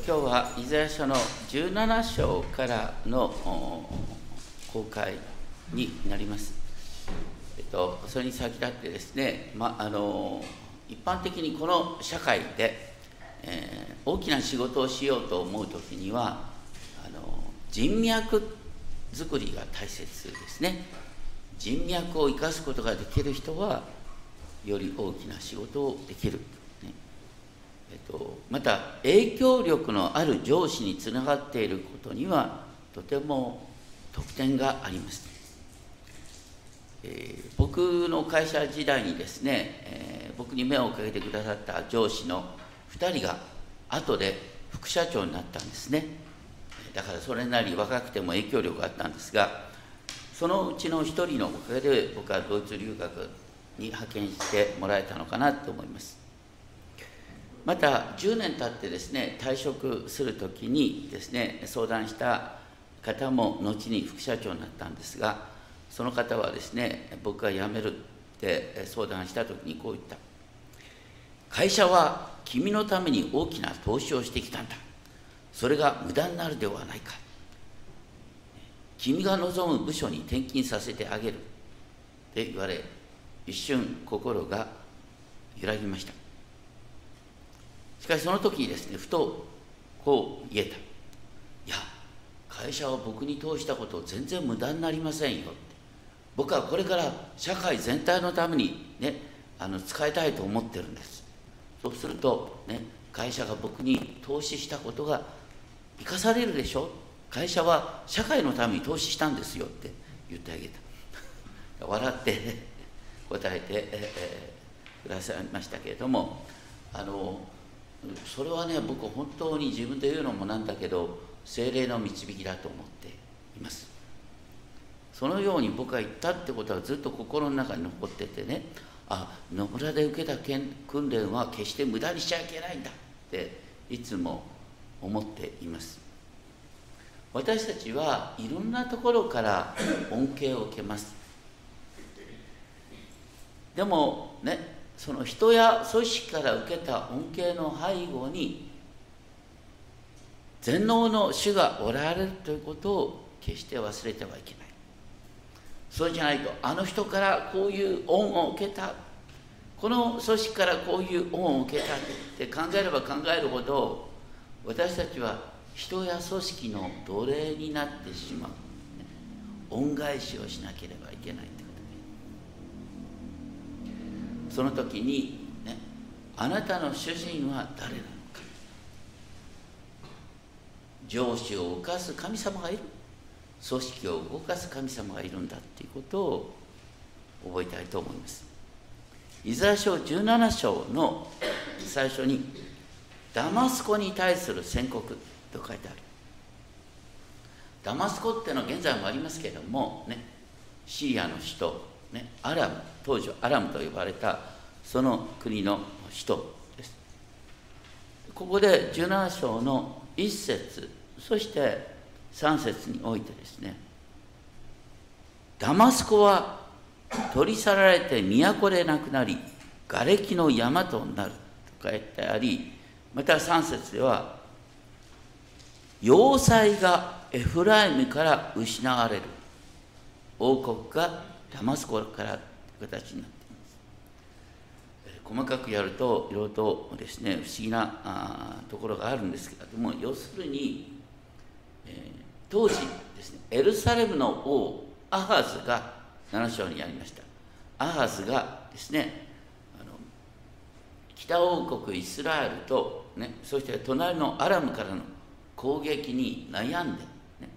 今日はイザヤ書の17章からの公開になります。それに先立ってですね、一般的にこの社会で、大きな仕事をしようと思うときには人脈作りが大切ですね。人脈を生かすことができる人はより大きな仕事をできる。また影響力のある上司につながっていることにはとても特典があります。僕の会社時代にですね、僕に目をかけてくださった上司の2人が後で副社長になったんですね。だからそれなり若くても影響力があったんですが、そのうちの1人のおかげで僕はドイツ留学に派遣してもらえたのかなと思います。また10年経ってですね、退職するときにですね、相談した方も後に副社長になったんですが、その方はですね、僕が辞めるって相談したときにこう言った。会社は君のために大きな投資をしてきたんだ。それが無駄になるではないか。君が望む部署に転勤させてあげるって言われ、一瞬心が揺らぎました。しかしその時にですね、ふとこう言えた。いや、会社は僕に投したこと全然無駄になりませんよって。僕はこれから社会全体のためにね、使いたいと思ってるんです。そうするとね、会社が僕に投資したことが生かされるでしょ。会社は社会のために投資したんですよって言ってあげた。笑って答えて、くださいましたけれども、それはね、僕本当に自分で言うのもなんだけど、聖霊の導きだと思っています。そのように僕が言ったってことはずっと心の中に残っててね、野村で受けた訓練は決して無駄にしちゃいけないんだっていつも思っています。私たちはいろんなところから恩恵を受けます。でもね、その人や組織から受けた恩恵の背後に全能の主がおられるということを決して忘れてはいけない。そうじゃないと、あの人からこういう恩を受けた、この組織からこういう恩を受けたって考えれば考えるほど、私たちは人や組織の奴隷になってしまう。恩返しをしなければいけないってことです。その時に、ね、あなたの主人は誰なのか。上司を動かす神様がいる。組織を動かす神様がいるんだっていうことを覚えたいと思います。イザヤ書17章の最初に、ダマスコに対する宣告と書いてある。ダマスコっていうのは現在もありますけれども、ね、シリアの首都、ね、アラム、当時はアラムと呼ばれたその国の首都です。ここで17章の1節、そして3節においてですね、ダマスコは取り去られて都でなくなり、瓦礫の山となると書いてあり、また3節では、要塞がエフライムから失われる。王国がダマスコからという形になっています。細かくやるといろいろとですね、不思議なところがあるんですけれども、要するに、当時ですね、エルサレムの王アハズが7章にありました。アハズがですね、北王国イスラエルと、ね、そして隣のアラムからの攻撃に悩んで、ね、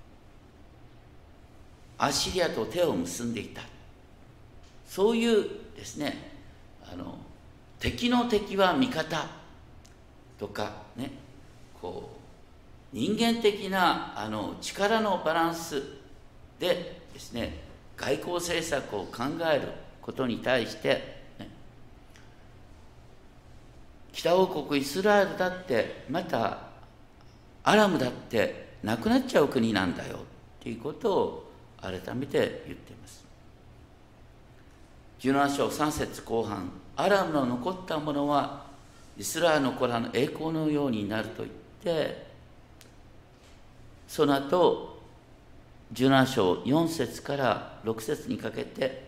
アッシリアと手を結んでいた。そういうですね、敵の敵は味方とかね、こう人間的な力のバランスでですね、外交政策を考えることに対して、ね、北王国イスラエルだって、またアラムだってなくなっちゃう国なんだよっていうことを改めて言っています。17章3節後半、アラムの残ったものはイスラエルの子らの栄光のようになると言って、 て、その後17章4節から6節にかけて、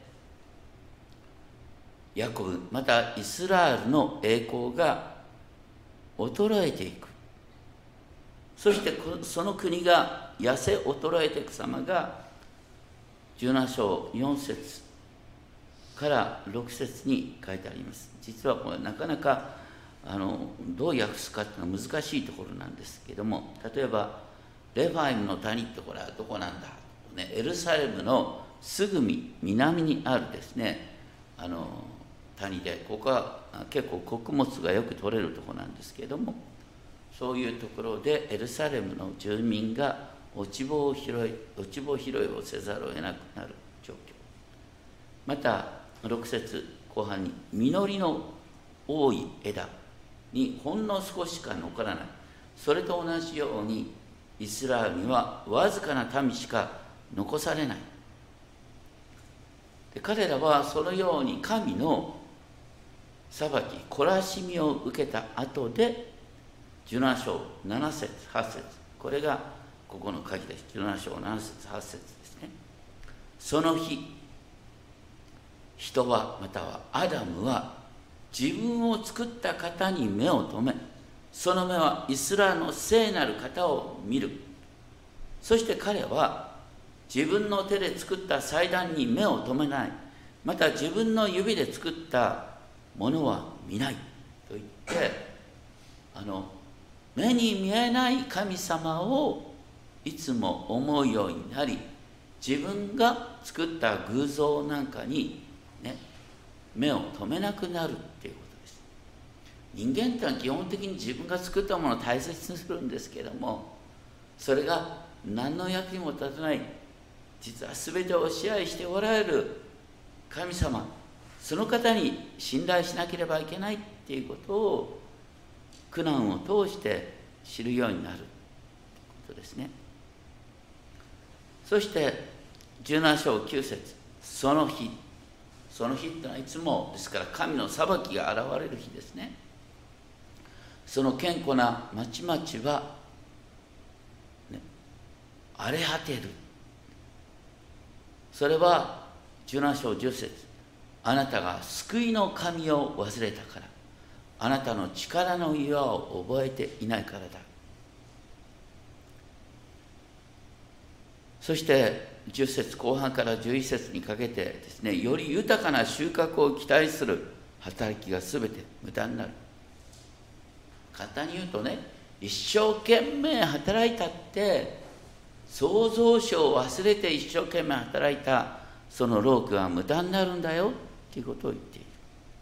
ヤコブまたイスラエルの栄光が衰えていく。そしてその国が痩せ衰えていく様が17章4節から6節に書いてあります。実はこれなかなかどう訳すかっていうのは難しいところなんですけども、例えばレファイムの谷ってこれはどこなんだ、ね、エルサレムのすぐ南にあるですね谷で、ここは結構穀物がよく取れるところなんですけども、そういうところでエルサレムの住民が落ち穂拾いをせざるを得なくなる状況。また6節後半に、実りの多い枝にほんの少ししか残らない。それと同じようにイスラエルにはわずかな民しか残されない。で彼らはそのように神の裁き、懲らしみを受けた後で、17章7節8節、これがここの書きです。17章7節8節ですね。その日、人はまたはアダムは自分を作った方に目を留め、その目はイスラエルの聖なる方を見る。そして彼は自分の手で作った祭壇に目を留めない。また自分の指で作ったものは見ないと言って、目に見えない神様をいつも思うようになり、自分が作った偶像なんかに、ね、目を留めなくなるっていうことです。人間ってのは基本的に自分が作ったものを大切にするんですけども、それが何の役にも立たない、実は全てを支配しておられる神様、その方に信頼しなければいけないっていうことを苦難を通して知るようになるということですね。そして17章9節、その日っていうのはいつもですから神の裁きが現れる日ですね。その堅固な町々は、ね、荒れ果てる。それは17章10節、あなたが救いの神を忘れたから、あなたの力の岩を覚えていないからだ。そして10節後半から11節にかけてですね、より豊かな収穫を期待する働きがすべて無駄になる。簡単に言うとね、一生懸命働いたって創造主を忘れて一生懸命働いたその労苦は無駄になるんだよっていうことを言っている。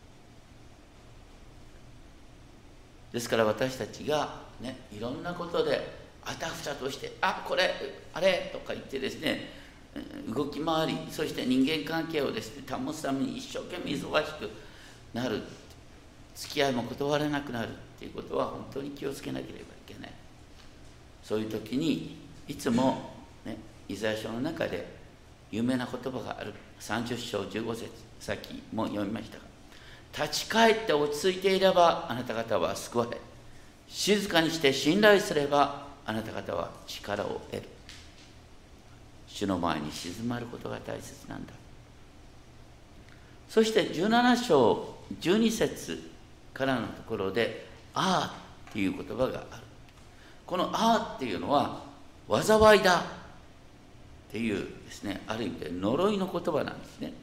ですから私たちがね、いろんなことであたふたとして、これあれとか言ってですね、動き回り、そして人間関係をですね保つために一生懸命忙しくなる、付き合いも断れなくなるっていうことは本当に気をつけなければいけない。そういう時にいつも、ね、イザヤ書の中で有名な言葉がある。30章15節、さっきも読みましたが、立ち返って落ち着いていればあなた方は救われ、静かにして信頼すればあなた方は力を得る。主の前に静まることが大切なんだ。そして17章12節からのところでああっていう言葉がある。このああっていうのは災いだっていうですね、ある意味で呪いの言葉なんですね。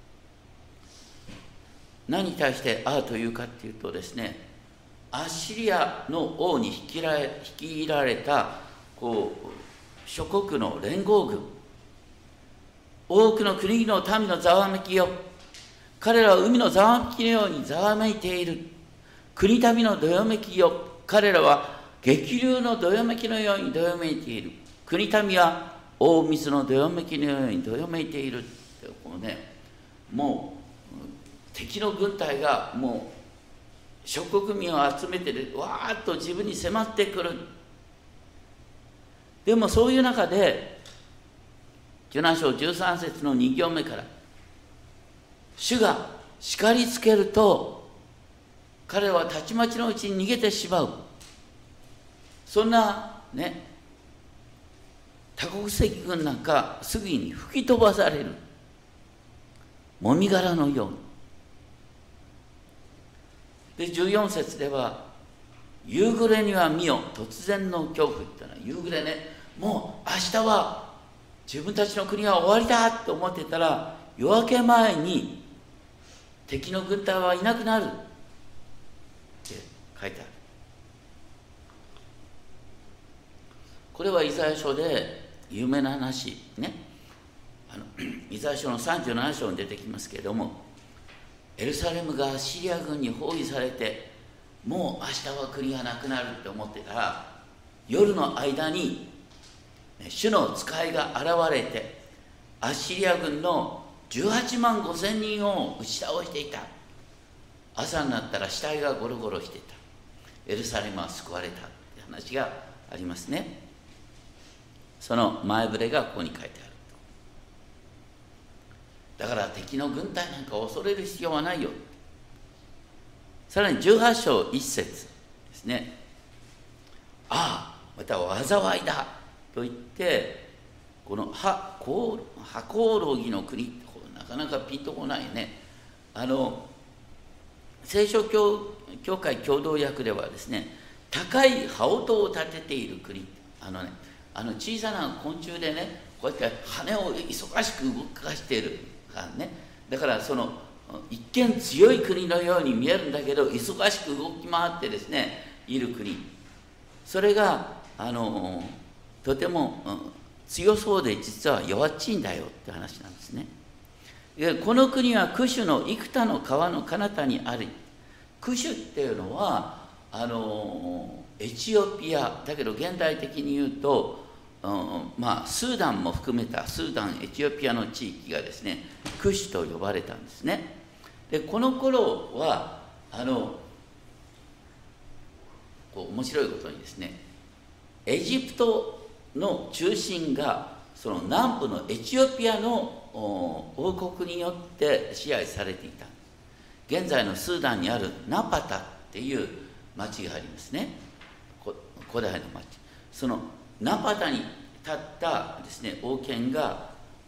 何に対してああというかっていうとですね、アッシリアの王に率いられた諸国の連合軍、多くの国々の民のざわめきよ、彼らは海のざわめきのようにざわめいている。国民のどよめきよ、彼らは激流のどよめきのようにどよめいている。国民は大水のどよめきのようにどよめいているって、もう敵の軍隊がもう諸国民を集めてわーっと自分に迫ってくる。でもそういう中で17章13節の2行目から、主が叱りつけると彼はたちまちのうちに逃げてしまう。 そんなね、多国籍軍なんかすぐに吹き飛ばされる、もみ殻のように。で14節では、夕暮れには見よ突然の恐怖ってのは、夕暮れね、もう明日は自分たちの国は終わりだと思ってたら、夜明け前に敵の軍隊はいなくなるって書いてある。これはイザヤ書で有名な話ね、イザヤ書の37章に出てきますけれども、エルサレムがシリア軍に包囲されて、もう明日は国がなくなるって思ってたら、夜の間に主の使いが現れて、アッシリア軍の18万5千人を打ち倒していた。朝になったら死体がゴロゴロしていた。エルサレムは救われたって話がありますね。その前触れがここに書いてある。だから敵の軍隊なんか恐れる必要はないよ。さらに18章1節ですね。ああ、また災いだと言って、このハコオロギの国って、なかなかピンとこないよね。聖書教会共同訳ではですね、高い羽音を立てている国、小さな昆虫でね、こうやって羽を忙しく動かしているからね。だからその一見強い国のように見えるんだけど、忙しく動き回ってですねいる国、それがとても強そうで実は弱っちいんだよって話なんですね。この国はクシュの幾多の川の彼方にある。クシュっていうのはエチオピアだけど、現代的に言うと、スーダンも含めたスーダンエチオピアの地域がですねクシュと呼ばれたんですね。でこの頃は面白いことにですね、エジプトの中心がその南部のエチオピアの王国によって支配されていた。現在のスーダンにあるナパタっていう町がありますね、古代の町。そのナパタに立ったですね王権が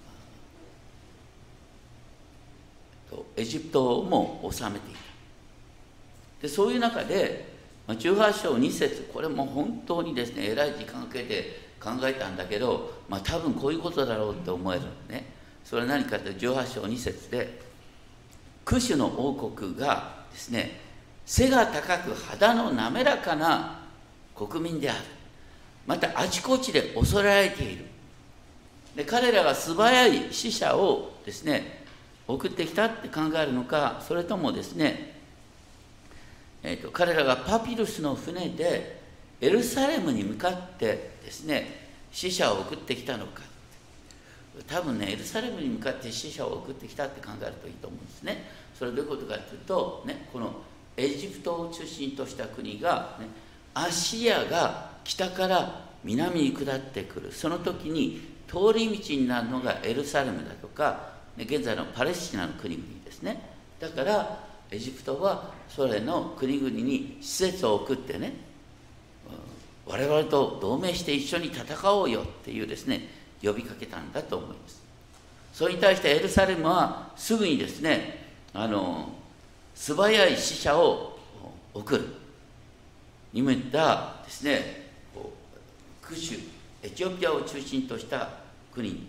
エジプトも治めていた。でそういう中で18章2節、これも本当にですねえらい時間かけて考えたんだけど、多分こういうことだろうって思えるね。それは何かというと、18章2節でクシュの王国がですね、背が高く肌の滑らかな国民である。またあちこちで恐れられている。で彼らが素早い死者をですね送ってきたって考えるのか、それともですね、彼らがパピルスの船でエルサレムに向かってですね死者を送ってきたのか。多分ねエルサレムに向かって死者を送ってきたって考えるといいと思うんですね。それはどういうことかというと、このエジプトを中心とした国が、アッシリアが北から南に下ってくる。その時に通り道になるのがエルサレムだとか、現在のパレスチナの国々ですね。だからエジプトはそれの国々に施設を送ってね、我々と同盟して一緒に戦おうよっていうですね呼びかけたんだと思います。それに対してエルサレムはすぐにですね素早い死者を送るに向いたですねクシュエチオピアを中心とした国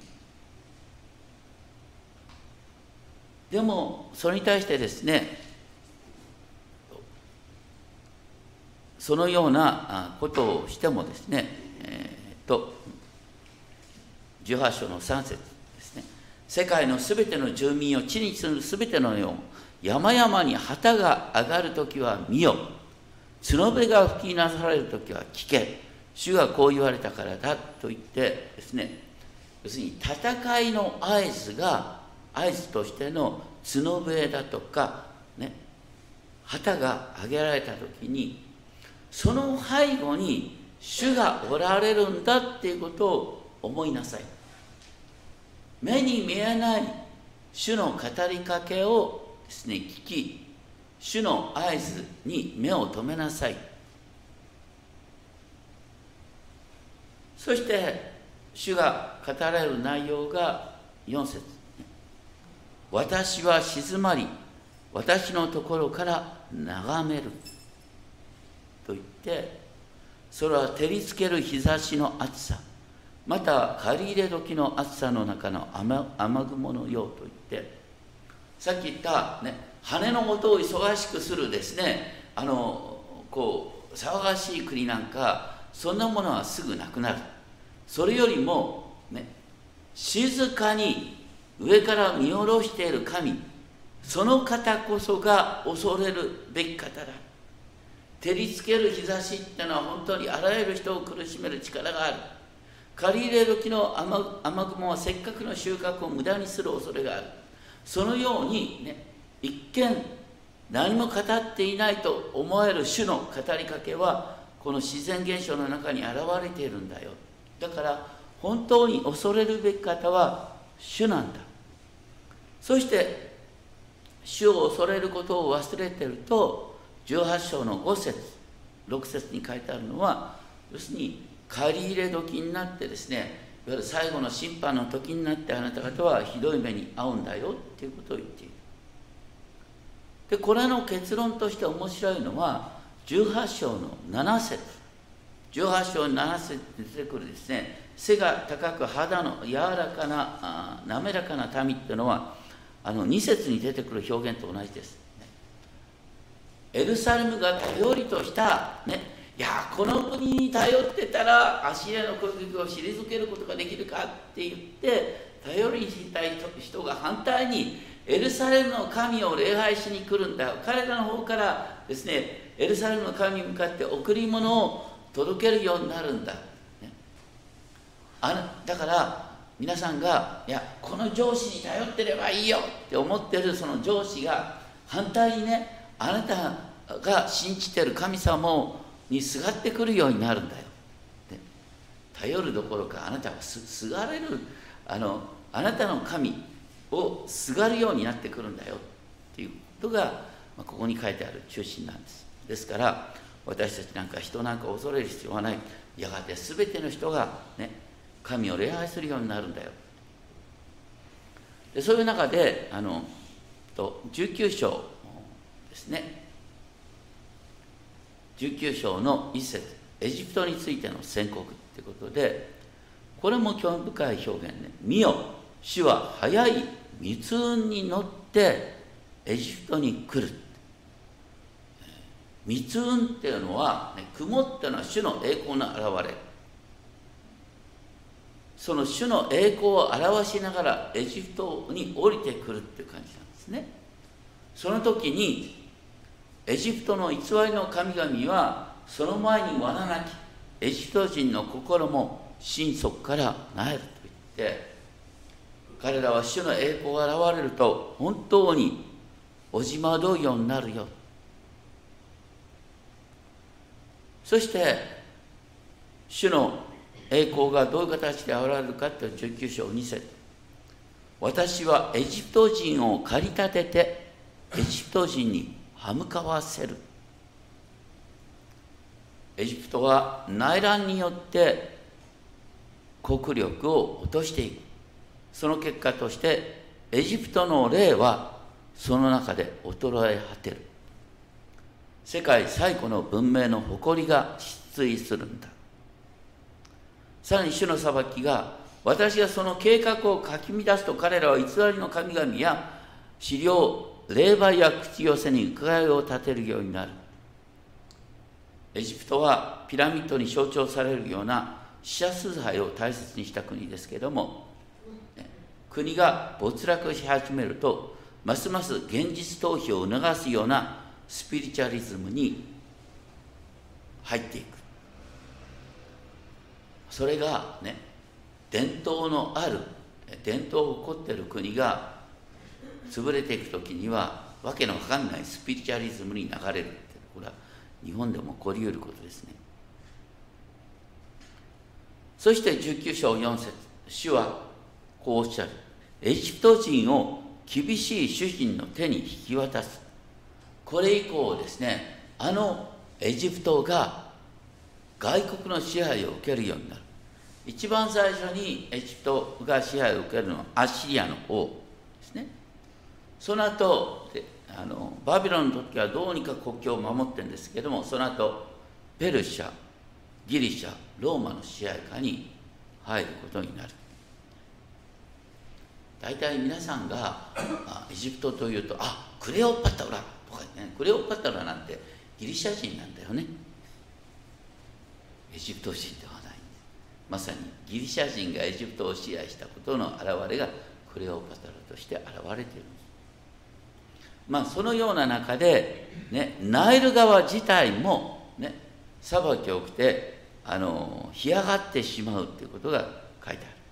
でも、それに対してですねそのようなことをしてもですね、18章の3節ですね、世界のすべての住民を地に住むすべてのよう山々に旗が上がるときは見よ、角笛が吹きなされるときは聞け、主がこう言われたからだと言ってですね、要するに戦いの合図としての角笛だとか、旗が上げられたときに、その背後に主がおられるんだっていうことを思いなさい。目に見えない主の語りかけをですね聞き、主の合図に目を留めなさい。 そして主が語られる内容が4節。私は静まり、私のところから眺めると言って、それは照りつける日差しの暑さ、また借り入れ時の暑さの中の雨雲のようと言って、さっき言った、ね、羽の音を忙しくするですね、騒がしい国なんか、そんなものはすぐなくなる。それよりも、ね、静かに上から見下ろしている神、その方こそが恐れるべき方だ。照りつける日差しってのは本当にあらゆる人を苦しめる力がある。借り入れ時の雨雲はせっかくの収穫を無駄にする恐れがある。そのように、ね、一見何も語っていないと思える主の語りかけはこの自然現象の中に現れているんだよ。だから本当に恐れるべき方は主なんだ。そして主を恐れることを忘れていると、18章の5節6節に書いてあるのは、要するに借り入れ時になってですね、いわゆる最後の審判の時になって、あなた方はひどい目に遭うんだよっていうことを言っている。でこれの結論として面白いのは18章の7節。18章の7節に出てくるですね、背が高く肌の柔らかな滑らかな民っていうのは2節に出てくる表現と同じです。エルサレムが頼りとした、ね、いやこの国に頼ってたらアッシリアの攻撃を退けることができるかって言って頼りにしたい人が反対にエルサレムの神を礼拝しに来るんだよ。彼らの方からですね、エルサレムの神に向かって贈り物を届けるようになるんだ、ね、だから皆さんがいやこの上司に頼ってればいいよって思ってるその上司が反対にね、あなたが信じてる神様にすがってくるようになるんだよ。で頼るどころかあなたはすがれるあなたの神をすがるようになってくるんだよっていうことが、ここに書いてある中心なんです。ですから私たちなんか人なんか恐れる必要はない。やがて全ての人がね神を礼拝するようになるんだよ。でそういう中で19章ですね、19章の1節、エジプトについての宣告ということで、これも興味深い表現ね。見よ、主は速い密雲に乗ってエジプトに来る。密雲っていうのは、ね、雲っていうのは主の栄光の現れ。その主の栄光を表しながらエジプトに降りてくるっていう感じなんですね。その時にエジプトの偽りの神々はその前に罠なきエジプト人の心も心底からなえると言って、彼らは主の栄光が現れると本当におじまどうようになるよ。そして主の栄光がどういう形で現れるかという19章2節。私はエジプト人を駆り立ててエジプト人に歯向かわせる。エジプトは内乱によって国力を落としていく。その結果としてエジプトの霊はその中で衰え果てる。世界最古の文明の誇りが失墜するんだ。さらに主の裁きが、私がその計画をかき乱すと彼らは偽りの神々や資料、霊媒や口寄せに伺いを立てるようになる。エジプトはピラミッドに象徴されるような死者崇拝を大切にした国ですけれども、国が没落し始めるとますます現実逃避を促すようなスピリチュアリズムに入っていく。それがね、伝統のある伝統を誇っている国が潰れていくときにはわけのわかんないスピリチュアリズムに流れるって、これは日本でも起こりうることですね。そして19章4節、主はこうおっしゃる。エジプト人を厳しい主人の手に引き渡す。これ以降ですね、エジプトが外国の支配を受けるようになる。 一番最初にエジプトが支配を受けるのはアッシリアの王ですね。その後バビロンの時はどうにか国境を守ってるんですけども、その後ペルシャ、ギリシャ、ローマの支配下に入ることになる。大体皆さんがエジプトというと、クレオパトラとかね、クレオパトラなんてギリシャ人なんだよね。エジプト人ではない。まさにギリシャ人がエジプトを支配したことの表れがクレオパトラとして現れている。そのような中で、ナイル川自体も、裁きを起きて干上がってしまうということが書いてある。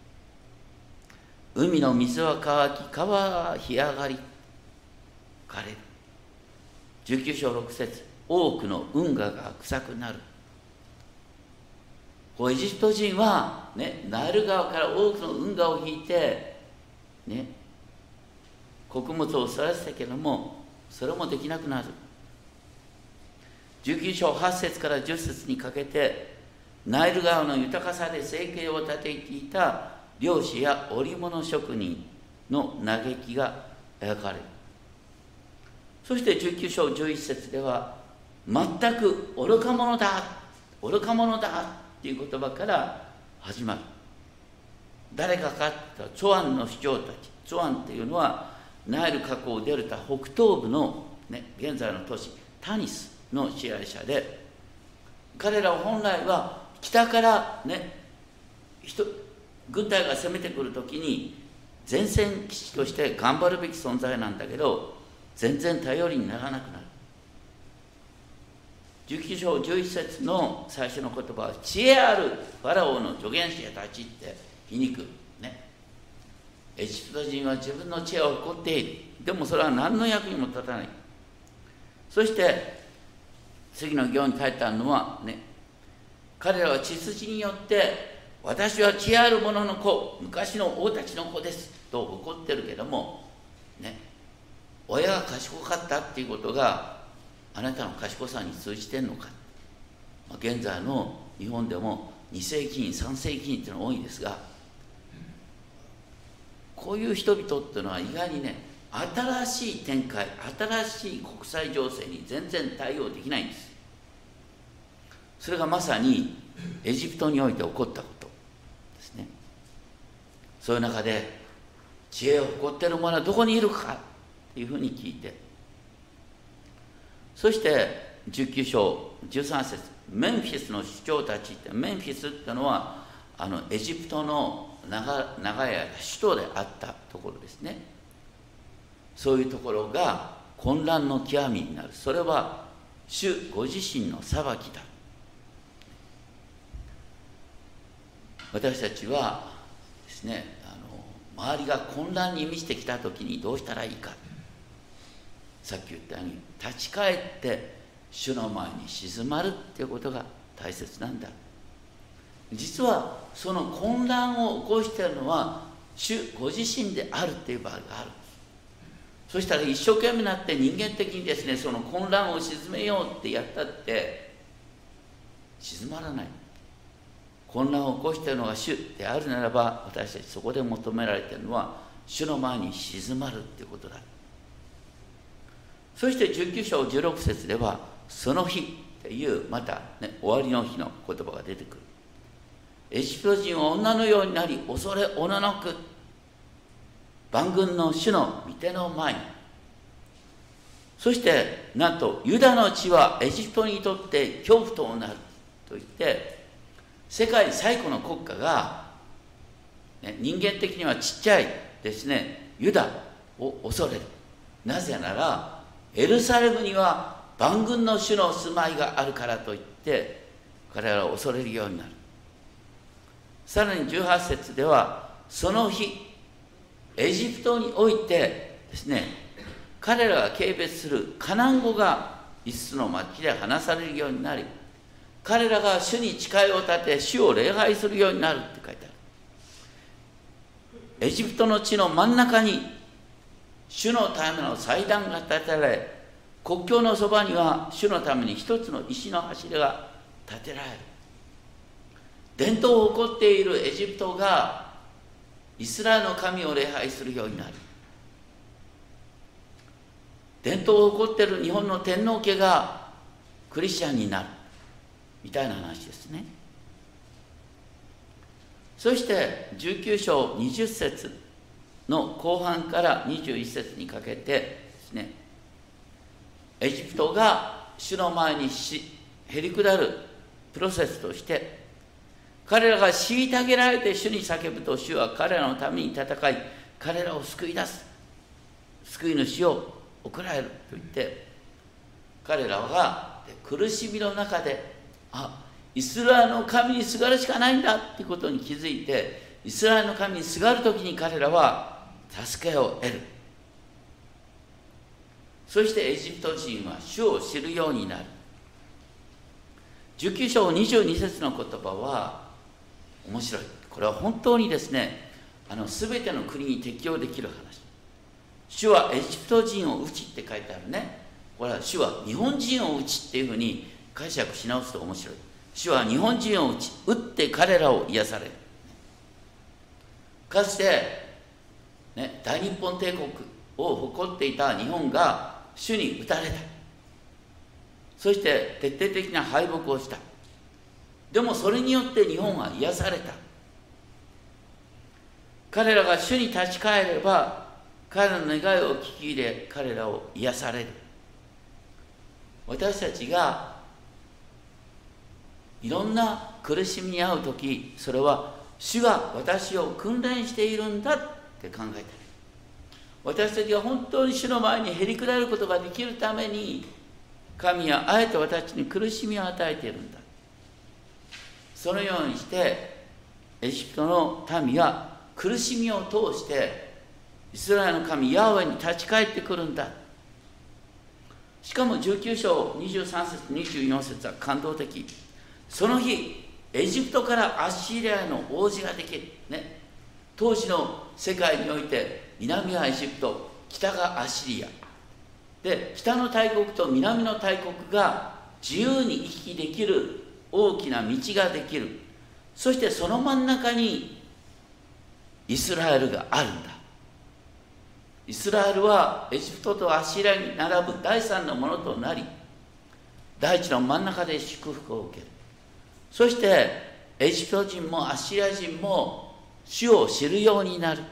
海の水は乾き、川は干上がり枯れる。19章6節、多くの運河が臭くなる。エジプト人は、ナイル川から多くの運河を引いて、穀物を育てたけども、それもできなくなる。19章8節から10節にかけて、ナイル川の豊かさで生計を立てていた漁師や織物職人の嘆きが描かれる。そして19章11節では、全く愚か者だ、愚か者だっていう言葉から始まる。誰かかってツォアンの首長たち。ツォアンっていうのはナイル河口デルタ北東部の、現在の都市タニスの支配者で、彼らは本来は北から軍隊が攻めてくるときに前線基地として頑張るべき存在なんだけど、全然頼りにならなくなる。19章11節の最初の言葉は、知恵あるファラオの助言者たちって皮肉エジプト人は自分の知恵を誇っている。でもそれは何の役にも立たない。そして次の行に書いてあるのは彼らは血筋によって私は知恵ある者の子、昔の王たちの子ですと怒ってるけども親が賢かったっていうことがあなたの賢さに通じてんのか。現在の日本でも2世紀人3世紀人っていうのが多いんですが、こういう人々っていうのは意外に新しい展開、新しい国際情勢に全然対応できないんです。それがまさにエジプトにおいて起こったことですね。そういう中で知恵を誇っている者はどこにいるかというふうに聞いて、そして19章13節、メンフィスの首長たちって、メンフィスっていうのはエジプトの長い間首都であったところですね。そういうところが混乱の極みになる。それは主ご自身の裁きだ。私たちはですね、周りが混乱に満ちてきたときにどうしたらいいか。さっき言ったように立ち返って主の前に静まるっていうことが大切なんだ。実はその混乱を起こしているのは主ご自身であるっていう場合がある。そしたら一生懸命になって人間的にですね、その混乱を鎮めようってやったって静まらない。混乱を起こしているのが主であるならば、私たちそこで求められているのは主の前に静まるっていうことだ。そして19章16節ではその日っていうまた、終わりの日の言葉が出てくる。エジプト人は女のようになり恐れおののく。万軍の主の御手の前に。そしてなんとユダの地はエジプトにとって恐怖となると言って、世界最古の国家が、人間的にはちっちゃいですねユダを恐れる。なぜならエルサレムには万軍の主の住まいがあるからといって彼らを恐れるようになる。さらに18節ではその日エジプトにおいてですね、彼らが軽蔑するカナン語が5つの町で話されるようになり、彼らが主に誓いを立て主を礼拝するようになるって書いてある。エジプトの地の真ん中に主のための祭壇が建てられ、国境のそばには主のために一つの石の柱が建てられる。 伝統を誇っているエジプトがイスラエルの神を礼拝するようになり、伝統を誇っている日本の天皇家がクリスチャンになるみたいな話ですね。そして19章20節の後半から21節にかけてですね、エジプトが主の前にへり下るプロセスとして、彼らが虐げられて主に叫ぶと、主は彼らのために戦い、彼らを救い出す、救い主を送られると言って、彼らが苦しみの中で、イスラエルの神にすがるしかないんだということに気づいて、イスラエルの神にすがるときに彼らは助けを得る。そしてエジプト人は主を知るようになる。19章22節の言葉は面白い。これは本当にですね、すべての国に適用できる話。主はエジプト人を討ちって書いてあるね。これは主は日本人を討ちっていうふうに解釈し直すと面白い。主は日本人を撃って彼らを癒される。かつて、大日本帝国を誇っていた日本が主に撃たれた。そして徹底的な敗北をした。でもそれによって日本は癒された。彼らが主に立ち返れば、彼らの願いを聞き入れ、彼らを癒される。私たちがいろんな苦しみに遭うとき、それは主が私を訓練しているんだって考えている。私たちが本当に主の前にへり下ることができるために、神はあえて私たちに苦しみを与えているんだ。そのようにしてエジプトの民は苦しみを通してイスラエルの神ヤハウェに立ち返ってくるんだ。しかも19章23節24節は感動的。その日エジプトからアッシリアの王子ができる、当時の世界において南はエジプト、北がアッシリアで、北の大国と南の大国が自由に行き来できる大きな道ができる。そしてその真ん中にイスラエルがあるんだ。イスラエルはエジプトとアッシリアに並ぶ第三のものとなり、大地の真ん中で祝福を受ける。そしてエジプト人もアッシリア人も主を知るようになる。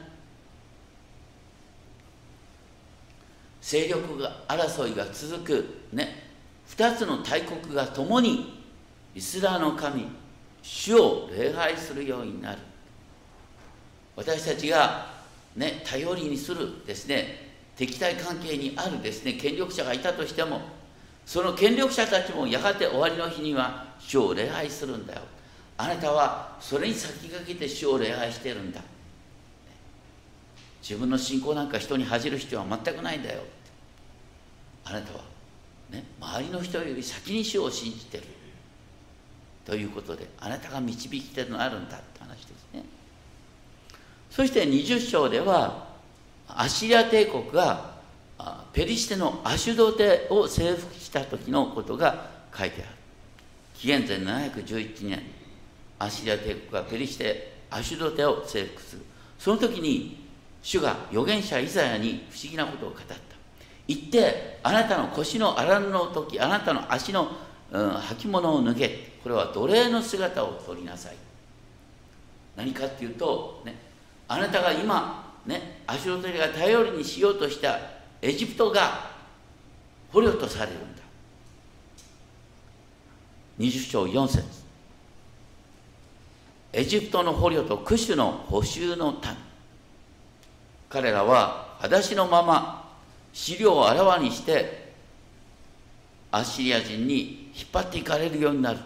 勢力争いが続く2つの大国が共にイスラエルの神主を礼拝するようになる。私たちが頼りにする敵対関係にある権力者がいたとしても、その権力者たちもやがて終わりの日には主を礼拝するんだよ。あなたはそれに先駆けて主を礼拝しているんだ。自分の信仰なんか人に恥じる必要は全くないんだよ。あなたは周りの人より先に主を信じているということで、あなたが導き手となるんだって話ですね。そして20章ではアッシリア帝国がペリシテのアシュドテを征服した時のことが書いてある。紀元前711年、アッシリア帝国がペリシテアシュドテを征服する。その時に主が預言者イザヤに不思議なことを語った。言って、あなたの腰の荒布の時、あなたの足の履物を脱げ。これは奴隷の姿を取りなさい。何かっていうとあなたが今アシュドテが頼りにしようとしたエジプトが捕虜とされるんだ。20章4節、エジプトの捕虜とクシュの捕囚の民、彼らは裸足のまま資料をあらわにしてアッシリア人に引っ張っていかれるようになる。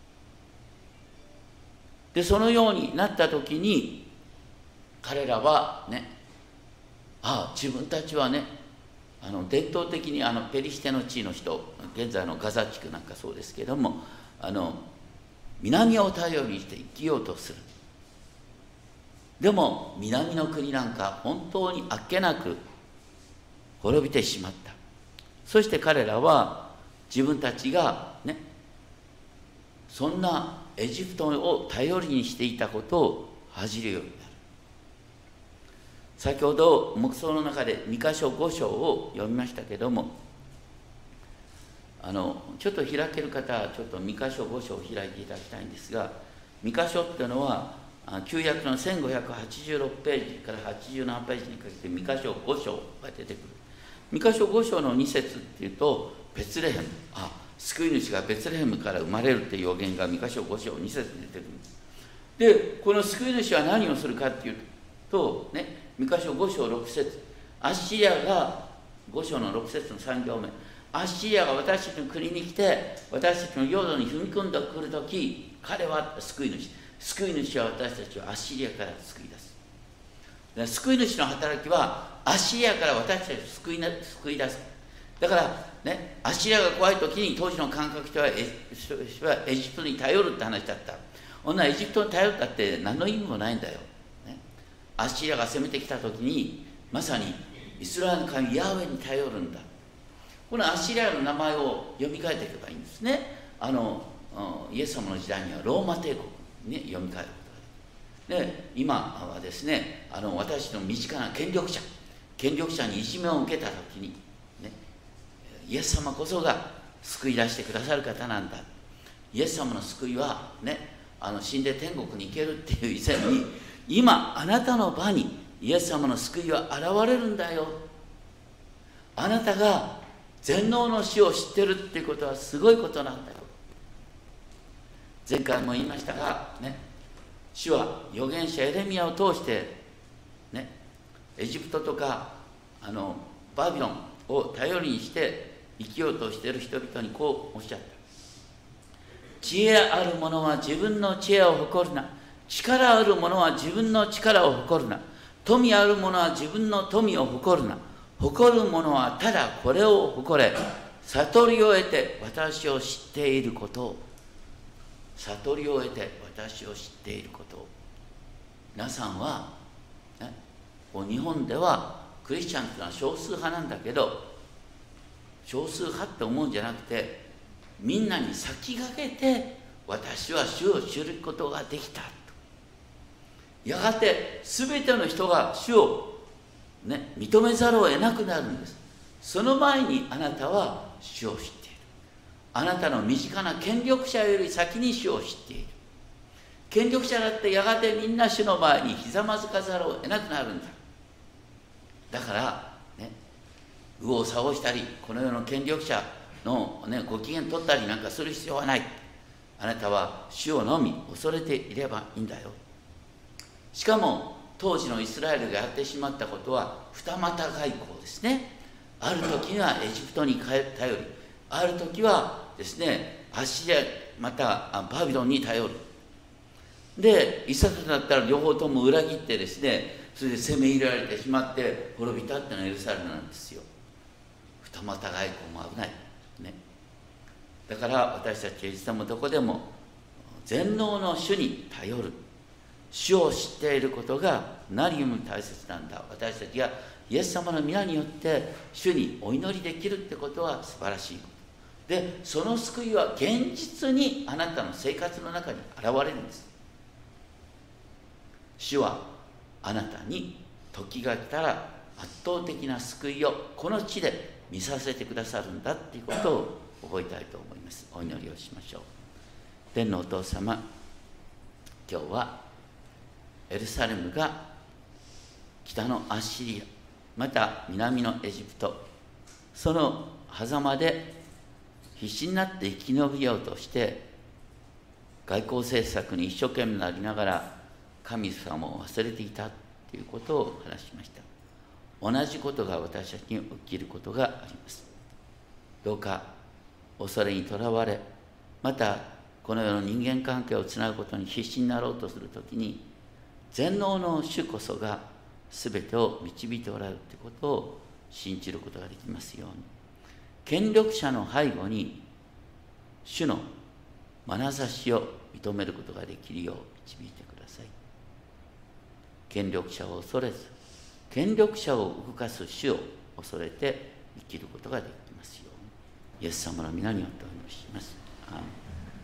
でそのようになった時に彼らは自分たちは伝統的にペリシテの地の人、現在のガザ地区なんかそうですけれども、南を頼りにして生きようとする。でも南の国なんか本当にあっけなく滅びてしまった。そして彼らは自分たちがそんなエジプトを頼りにしていたことを恥じるようになる。先ほど黙想の中で2箇所5章を読みましたけども、ちょっと開ける方はちょっと2箇所5章を開いていただきたいんですが、2箇所っていうのは旧約の1586ページから87ページにかけて2箇所5章が出てくる。2箇所5章の2節っていうと、ベツレヘム、救い主がベツレヘムから生まれるっていう予言が2箇所5章2節に出てくる。で、この救い主は何をするかっていうと、ね、2箇所5章6節、アッシリアが5章の6節の3行目、アッシリアが私たちの国に来て、私たちの領土に踏み込んでくるとき、彼は救い主。救い主は私たちをアッシリアから救い出す。救い主の働きは、アッシリアから私たちを救い出す。だから、ね、アッシリアが怖いときに、当時の感覚とはエジプトに頼るって話だった。女はエジプトに頼ったって何の意味もないんだよ。ね、アッシリアが攻めてきたときに、まさにイスラエルの神ヤーウェに頼るんだ。このアッシリアの名前を読み替えていけばいいんですね。イエス様の時代にはローマ帝国に読み替えることができる。で、今はですね、私の身近な権力者にいじめを受けたときに、ね、イエス様こそが救い出してくださる方なんだ。イエス様の救いは、ね、死んで天国に行けるっていう以前に、今あなたの場にイエス様の救いは現れるんだよ。あなたが全能の死を知ってるっていうことはすごいことなんだよ。前回も言いましたが、ね、主は預言者エレミヤを通して、ね、エジプトとかバビロンを頼りにして生きようとしている人々にこうおっしゃった。知恵ある者は自分の知恵を誇るな。力ある者は自分の力を誇るな。富ある者は自分の富を誇るな。誇る者はただこれを誇れ。悟りを得て私を知っていることを。悟りを得て私を知っていることを。皆さんは、ね、日本ではクリスチャンというのは少数派なんだけど、少数派って思うんじゃなくて、みんなに先駆けて私は主を知ることができたと。やがて全ての人が主をね、認めざるを得なくなるんです。その前にあなたは主を知っている。あなたの身近な権力者より先に主を知っている。権力者だってやがてみんな主の前にひざまずかざるを得なくなるんだ。だから、ね、右往左往したり、この世の権力者の、ね、ご機嫌取ったりなんかする必要はない。あなたは主をのみ恐れていればいいんだよ。しかも、当時のイスラエルがやってしまったことは二股外交ですね。ある時にはエジプトに頼り、ある時はですね、アッシリアまたバビロンに頼る。で、いささだったら両方とも裏切ってですね、それで攻め入れられてしまって滅びたっていうのはエルサレムなんですよ。二股外交も危ない、ね、だから私たちはいつでもどこでも全能の主に頼る。主を知っていることが何よりも大切なんだ。私たちがイエス様の皆によって主にお祈りできるってことは素晴らしいこと。で、その救いは現実にあなたの生活の中に現れるんです。主はあなたに時が来たら圧倒的な救いをこの地で見させてくださるんだっていうことを覚えたいと思います。お祈りをしましょう。天のお父様、今日はエルサレムが北のアッシリア、また南のエジプト、その狭間で必死になって生き延びようとして外交政策に一生懸命なりながら神様を忘れていたということを話しました。同じことが私たちに起きることがあります。どうか恐れにとらわれ、またこの世の人間関係をつなぐことに必死になろうとするときに、全能の主こそが全てを導いておられるということを信じることができますように。権力者の背後に主の眼差しを認めることができるよう導いてください。権力者を恐れず、権力者を動かす主を恐れて生きることができますように。イエス様の皆によってお祈りします。アーメン。